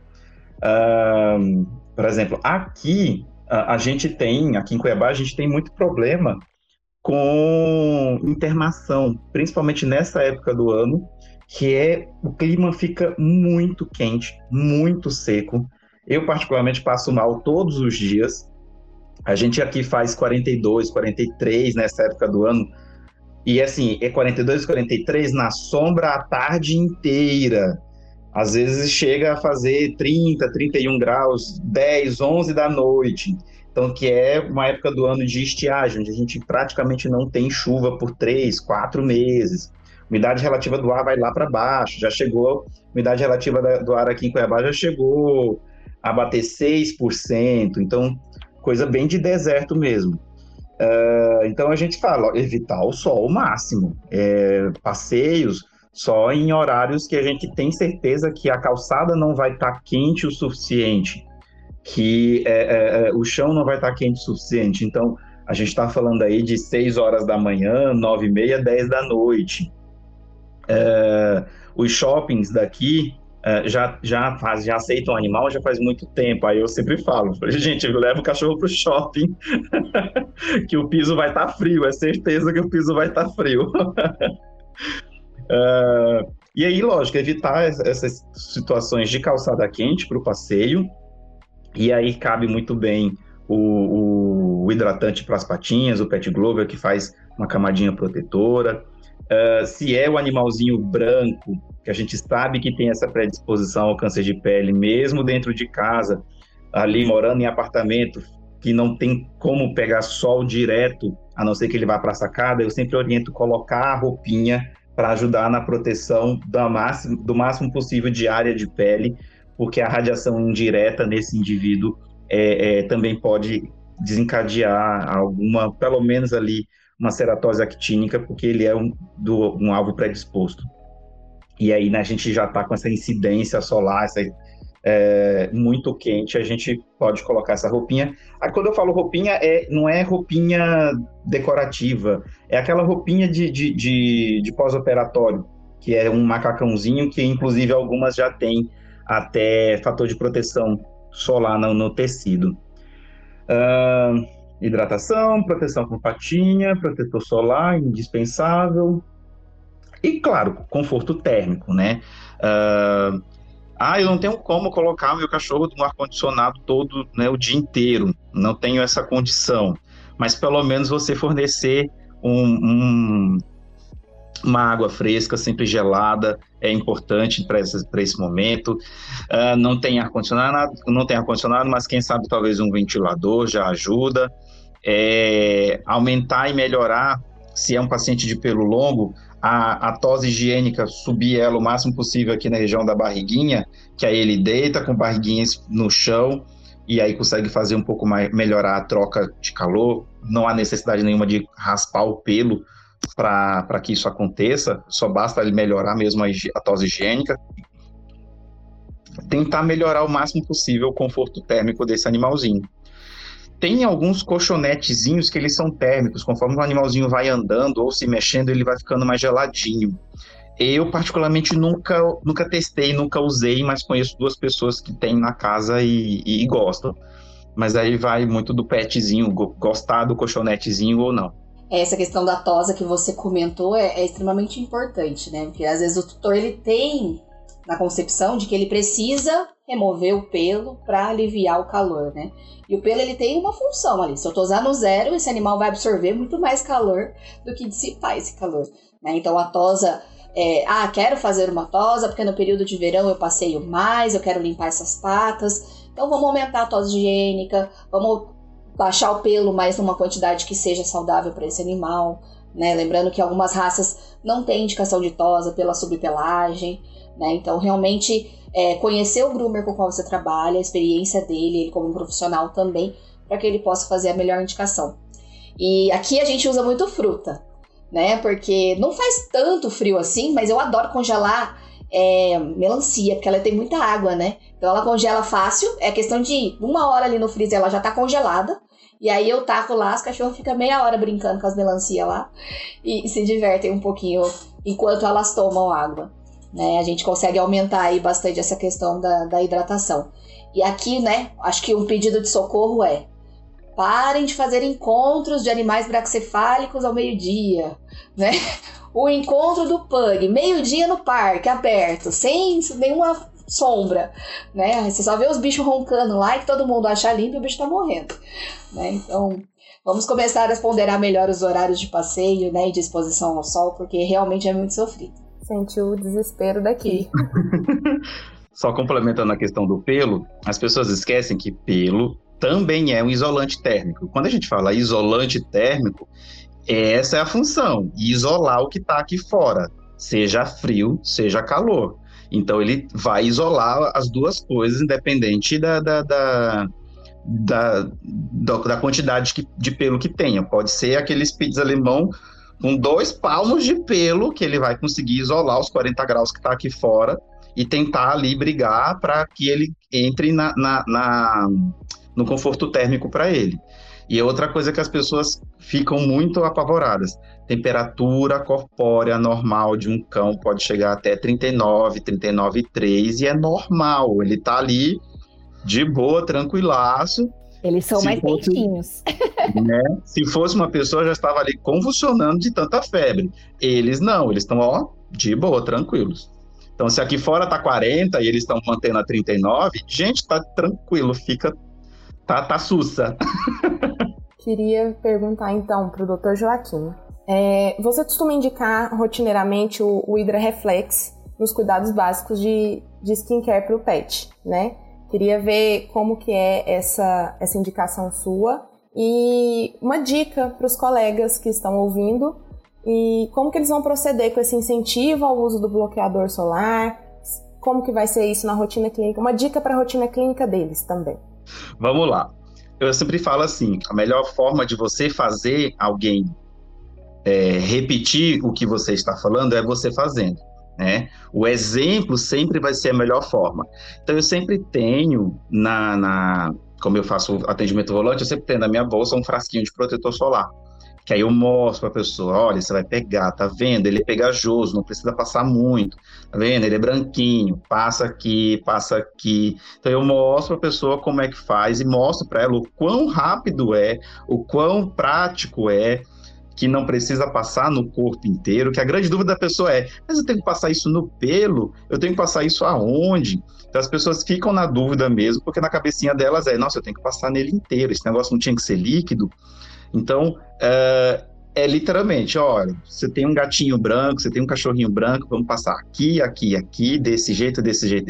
Por exemplo, aqui em Cuiabá, a gente tem muito problema com internação, principalmente nessa época do ano, que o clima fica muito quente, muito seco. Eu, particularmente, passo mal todos os dias. A gente aqui faz 42, 43 nessa época do ano, e assim, 42, 43 na sombra a tarde inteira. Às vezes chega a fazer 30, 31 graus, 10, 11 da noite. Então, que é uma época do ano de estiagem, onde a gente praticamente não tem chuva por 3, 4 meses. A umidade relativa do ar vai lá para baixo, já chegou, a umidade relativa do ar aqui em Cuiabá já chegou a bater 6%, então, coisa bem de deserto mesmo. Então, a gente fala, evitar o sol ao máximo, passeios só em horários que a gente tem certeza que a calçada não vai estar quente o suficiente, que o chão não vai estar quente o suficiente. Então, a gente está falando aí de 6 horas da manhã, 9h30, 10 da noite. Os shoppings daqui já aceitam animal já faz muito tempo. Aí eu sempre falo, gente, leva o cachorro para o shopping, que o piso vai estar frio, é certeza que o piso vai estar frio. E aí, lógico, evitar essas situações de calçada quente para o passeio. E aí cabe muito bem o hidratante para as patinhas, o Pet Glover, que faz uma camadinha protetora. Se é o animalzinho branco, que a gente sabe que tem essa predisposição ao câncer de pele, mesmo dentro de casa, ali morando em apartamento, que não tem como pegar sol direto, a não ser que ele vá para a sacada, eu sempre oriento colocar a roupinha para ajudar na proteção do máximo possível de área de pele, porque a radiação indireta nesse indivíduo também pode desencadear pelo menos ali, uma ceratose actínica, porque ele é um alvo predisposto. E aí, né, a gente já está com essa incidência solar, muito quente, a gente pode colocar essa roupinha. Aí, quando eu falo roupinha, não é roupinha decorativa, é aquela roupinha de pós-operatório, que é um macacãozinho, que inclusive algumas já têm até fator de proteção solar no tecido. Hidratação, proteção com patinha, protetor solar, indispensável. E, claro, conforto térmico, né? Eu não tenho como colocar o meu cachorro no ar-condicionado todo, né, o dia inteiro. Não tenho essa condição. Mas, pelo menos, você fornecer uma água fresca, sempre gelada, é importante para esse momento. Não tem ar-condicionado, mas quem sabe talvez um ventilador já ajuda. Aumentar e melhorar, se é um paciente de pelo longo, a tosse higiênica, subir ela o máximo possível aqui na região da barriguinha, que aí ele deita com barriguinhas no chão e aí consegue fazer um pouco mais, melhorar a troca de calor. Não há necessidade nenhuma de raspar o pelo, para que isso aconteça, só basta ele melhorar mesmo a tosa higiênica, tentar melhorar o máximo possível o conforto térmico desse animalzinho. Tem alguns colchonetezinhos que eles são térmicos, conforme o animalzinho vai andando ou se mexendo, ele vai ficando mais geladinho. Eu, particularmente, nunca testei, nunca usei, mas conheço 2 pessoas que têm na casa e gostam. Mas aí vai muito do petzinho, gostar do colchonetezinho ou não. Essa questão da tosa que você comentou é extremamente importante, né? Porque às vezes o tutor ele tem na concepção de que ele precisa remover o pelo para aliviar o calor, né? E o pelo ele tem uma função ali. Se eu tosar no 0, esse animal vai absorver muito mais calor do que dissipar esse calor, né? Então a tosa quero fazer uma tosa porque no período de verão eu passeio mais, eu quero limpar essas patas. Então vamos aumentar a tosa higiênica, vamos baixar o pelo, mas numa quantidade que seja saudável para esse animal, né? Lembrando que algumas raças não têm indicação de tosa pela subpelagem, né? Então realmente conhecer o groomer com o qual você trabalha, a experiência dele, ele como um profissional também, para que ele possa fazer a melhor indicação. E aqui a gente usa muito fruta, né? Porque não faz tanto frio assim, mas eu adoro congelar melancia, porque ela tem muita água, né? Então ela congela fácil, é questão de 1 hora ali no freezer, ela já tá congelada. E aí eu taco lá, as cachorras ficam meia hora brincando com as melancias lá e se divertem um pouquinho enquanto elas tomam água, né? A gente consegue aumentar aí bastante essa questão da hidratação. E aqui, né, acho que um pedido de socorro parem de fazer encontros de animais braquicefálicos ao meio-dia, né? O encontro do pug, meio-dia no parque, aberto, sem nenhuma sombra, né? Você só vê os bichos roncando lá e que todo mundo acha limpo e o bicho tá morrendo, né? Então, vamos começar a ponderar melhor os horários de passeio, né, e de exposição ao sol, porque realmente é muito sofrido. Sentiu o desespero daqui. Só complementando a questão do pelo, as pessoas esquecem que pelo também é um isolante térmico. Quando a gente fala isolante térmico, essa é a função, isolar o que está aqui fora, seja frio, seja calor. Então ele vai isolar as 2 coisas, independente da quantidade de pelo que tenha. Pode ser aquele Spitz alemão com 2 palmos de pelo, que ele vai conseguir isolar os 40 graus que está aqui fora e tentar ali brigar para que ele entre no conforto térmico para ele. E outra coisa que as pessoas ficam muito apavoradas, temperatura corpórea normal de um cão pode chegar até 39, 39,3 e é normal, ele tá ali de boa, tranquilaço. Eles são mais quentinhos. Né? Se fosse uma pessoa, já estava ali convulsionando de tanta febre. Eles não, eles estão de boa, tranquilos. Então, se aqui fora tá 40 e eles estão mantendo a 39, gente, tá tranquilo, tá sussa. Queria perguntar então para o Dr. Joaquim. Você costuma indicar rotineiramente o Hydra Reflex nos cuidados básicos de skincare para o pet, né? Queria ver como que é essa indicação sua e uma dica para os colegas que estão ouvindo e como que eles vão proceder com esse incentivo ao uso do bloqueador solar, como que vai ser isso na rotina clínica, uma dica para a rotina clínica deles também. Vamos lá. Eu sempre falo assim, a melhor forma de você fazer alguém repetir o que você está falando é você fazendo, né? O exemplo sempre vai ser a melhor forma. Então eu sempre tenho, como eu faço atendimento volante, eu sempre tenho na minha bolsa um frasquinho de protetor solar, que aí eu mostro para a pessoa, olha, você vai pegar, tá vendo? Ele é pegajoso, não precisa passar muito, tá vendo? Ele é branquinho, passa aqui. Então eu mostro para a pessoa como é que faz e mostro para ela o quão rápido o quão prático que não precisa passar no corpo inteiro, que a grande dúvida da pessoa mas eu tenho que passar isso no pelo? Eu tenho que passar isso aonde? Então as pessoas ficam na dúvida mesmo, porque na cabecinha delas nossa, eu tenho que passar nele inteiro, esse negócio não tinha que ser líquido. Então, literalmente, olha, você tem um gatinho branco, você tem um cachorrinho branco, vamos passar aqui, desse jeito,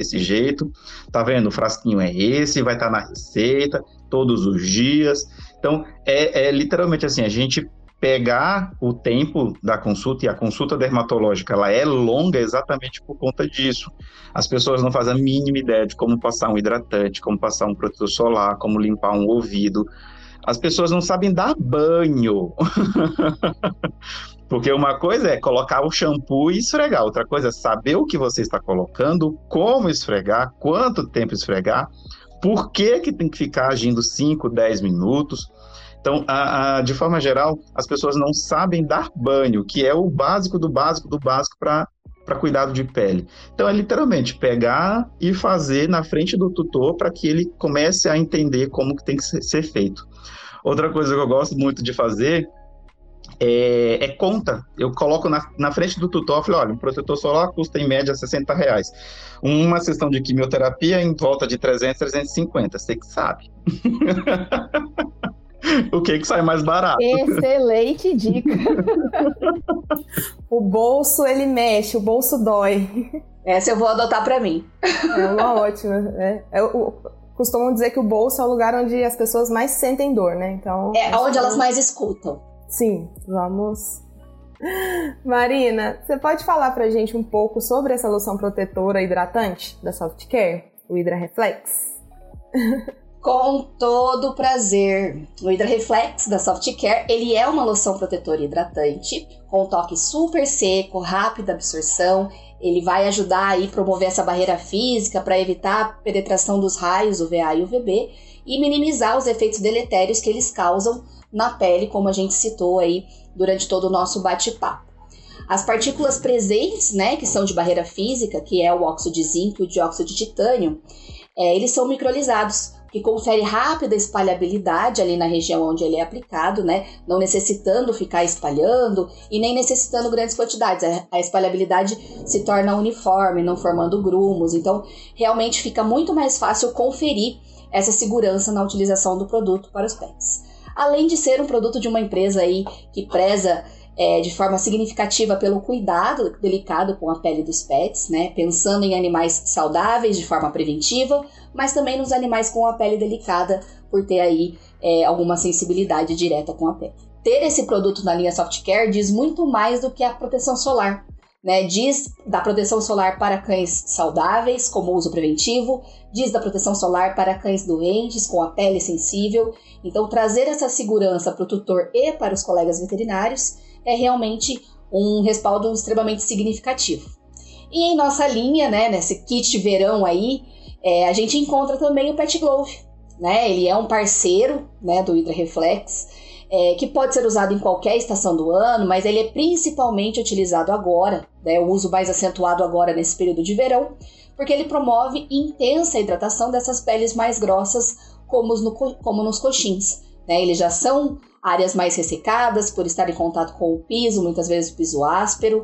tá vendo? O frasquinho é esse, vai estar na receita, todos os dias. Então, literalmente assim, a gente pegar o tempo da consulta, e a consulta dermatológica, ela é longa exatamente por conta disso. As pessoas não fazem a mínima ideia de como passar um hidratante, como passar um protetor solar, como limpar um ouvido. As pessoas não sabem dar banho. Porque uma coisa é colocar o shampoo e esfregar, outra coisa é saber o que você está colocando, como esfregar, quanto tempo esfregar, por que tem que ficar agindo 5, 10 minutos. Então, de forma geral, as pessoas não sabem dar banho, que é o básico do básico do básico para cuidado de pele. Então, é literalmente pegar e fazer na frente do tutor para que ele comece a entender como que tem que ser feito. Outra coisa que eu gosto muito de fazer é conta. Eu coloco na frente do tutor, falei, olha, um protetor solar custa em média R$60. Uma sessão de quimioterapia em volta de 300, 350. Você que sabe. O que sai mais barato? Excelente dica. O bolso, ele mexe, o bolso dói. Essa eu vou adotar para mim. É uma ótima, né? Costumam dizer que o bolso é o lugar onde as pessoas mais sentem dor, né? Então, onde elas mais escutam. Sim, vamos. Marina, você pode falar pra gente um pouco sobre essa loção protetora hidratante da Softcare, o Hydra Reflex? Com todo prazer. O Hydra Reflex da Softcare, ele é uma loção protetora hidratante com um toque super seco, rápida absorção. Ele vai ajudar aí a promover essa barreira física para evitar a penetração dos raios UVA e UVB e minimizar os efeitos deletérios que eles causam na pele, como a gente citou aí durante todo o nosso bate-papo. As partículas presentes, né, que são de barreira física, que é o óxido de zinco e o dióxido de titânio, eles são microlisados, que confere rápida espalhabilidade ali na região onde ele é aplicado, né, não necessitando ficar espalhando e nem necessitando grandes quantidades. A espalhabilidade se torna uniforme, não formando grumos, então realmente fica muito mais fácil conferir essa segurança na utilização do produto para os pets. Além de ser um produto de uma empresa aí que preza de forma significativa pelo cuidado delicado com a pele dos pets, né? Pensando em animais saudáveis de forma preventiva, mas também nos animais com a pele delicada, por ter aí alguma sensibilidade direta com a pele. Ter esse produto na linha Softcare diz muito mais do que a proteção solar, né? Diz da proteção solar para cães saudáveis, como uso preventivo, diz da proteção solar para cães doentes, com a pele sensível. Então, trazer essa segurança para o tutor e para os colegas veterinários é realmente um respaldo extremamente significativo. E em nossa linha, né, nesse kit de verão aí, a gente encontra também o Pet Glove, né? Ele é um parceiro, né, do Hydra Reflex, que pode ser usado em qualquer estação do ano, mas ele é principalmente utilizado agora, né, o uso mais acentuado agora nesse período de verão, porque ele promove intensa hidratação dessas peles mais grossas, como nos coxins, né? Eles já são áreas mais ressecadas por estar em contato com o piso, muitas vezes o piso áspero,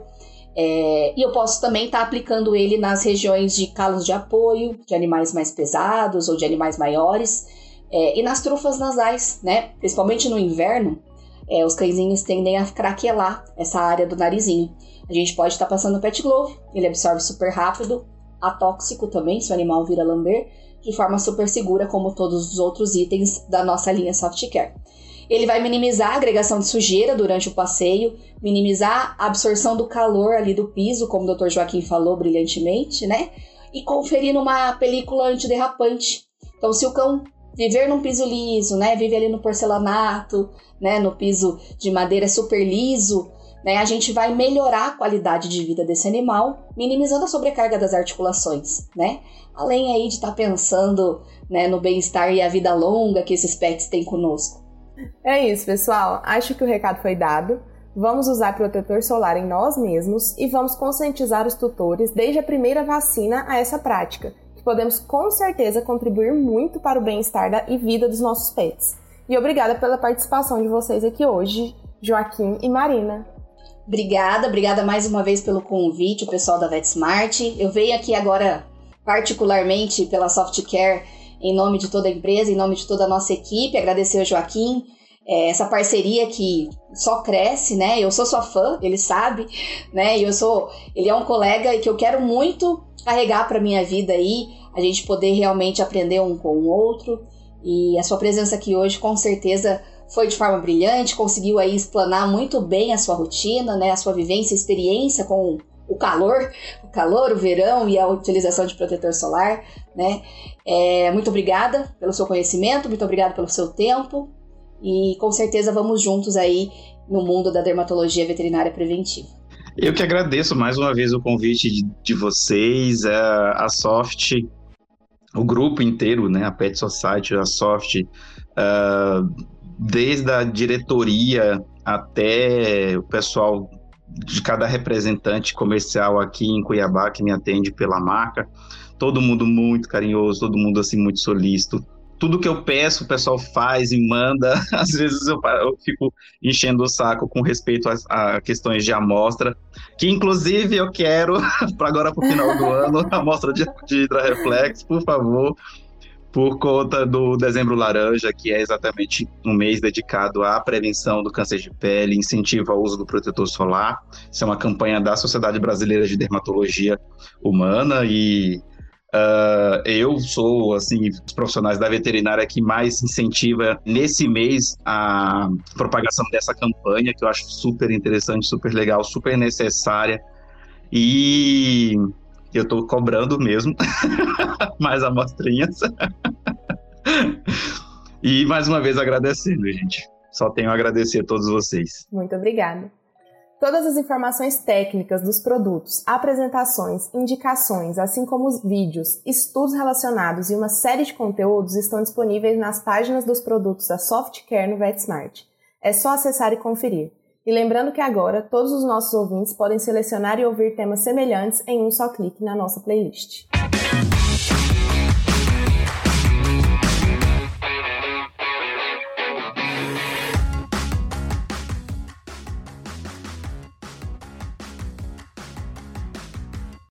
e eu posso também estar aplicando ele nas regiões de calos de apoio, de animais mais pesados ou de animais maiores, e nas trufas nasais, né? Principalmente no inverno, os cãezinhos tendem a craquelar essa área do narizinho. A gente pode estar passando o Pet Glove, ele absorve super rápido, atóxico também, se o animal vir a lamber, de forma super segura, como todos os outros itens da nossa linha Softcare. Ele vai minimizar a agregação de sujeira durante o passeio, minimizar a absorção do calor ali do piso, como o Dr. Joaquim falou brilhantemente, né? E conferir numa película antiderrapante. Então, se o cão viver num piso liso, né? Vive ali no porcelanato, né? No piso de madeira super liso, né? A gente vai melhorar a qualidade de vida desse animal, minimizando a sobrecarga das articulações, né? Além aí de estar pensando, né, no bem-estar e a vida longa que esses pets têm conosco. É isso, pessoal. Acho que o recado foi dado. Vamos usar protetor solar em nós mesmos e vamos conscientizar os tutores desde a primeira vacina a essa prática, que podemos com certeza contribuir muito para o bem-estar e vida dos nossos pets. E obrigada pela participação de vocês aqui hoje, Joaquim e Marina. Obrigada mais uma vez pelo convite, o pessoal da VetSmart. Eu venho aqui agora particularmente pela Softcare, em nome de toda a empresa, em nome de toda a nossa equipe, agradecer ao Joaquim, essa parceria que só cresce, né? Eu sou sua fã, ele sabe, né? Ele é um colega que eu quero muito carregar para minha vida aí, a gente poder realmente aprender um com o outro, e a sua presença aqui hoje com certeza foi de forma brilhante, conseguiu aí explanar muito bem a sua rotina, né? A sua vivência e experiência com o calor, o verão e a utilização de protetor solar, né? Muito obrigada pelo seu conhecimento, muito obrigada pelo seu tempo e com certeza vamos juntos aí no mundo da dermatologia veterinária preventiva. Eu que agradeço mais uma vez o convite de vocês, a Soft, o grupo inteiro, né, a Pet Society, a Soft, desde a diretoria até o pessoal de cada representante comercial aqui em Cuiabá que me atende pela marca, todo mundo muito carinhoso, todo mundo assim muito solícito. Tudo que eu peço, o pessoal faz e manda. Às vezes eu fico enchendo o saco com respeito a questões de amostra, que inclusive eu quero, para agora para o final do ano, a amostra de Hidrareflex, por favor, por conta do Dezembro Laranja, que é exatamente um mês dedicado à prevenção do câncer de pele, incentivo ao uso do protetor solar. Isso é uma campanha da Sociedade Brasileira de Dermatologia Humana e eu sou, assim, os profissionais da veterinária que mais incentiva nesse mês a propagação dessa campanha, que eu acho super interessante, super legal, super necessária. E eu tô cobrando mesmo mais amostrinhas. E mais uma vez agradecendo, gente. Só tenho a agradecer a todos vocês. Muito obrigada. Todas as informações técnicas dos produtos, apresentações, indicações, assim como os vídeos, estudos relacionados e uma série de conteúdos estão disponíveis nas páginas dos produtos da Softcare no VetSmart. É só acessar e conferir. E lembrando que agora, todos os nossos ouvintes podem selecionar e ouvir temas semelhantes em um só clique na nossa playlist.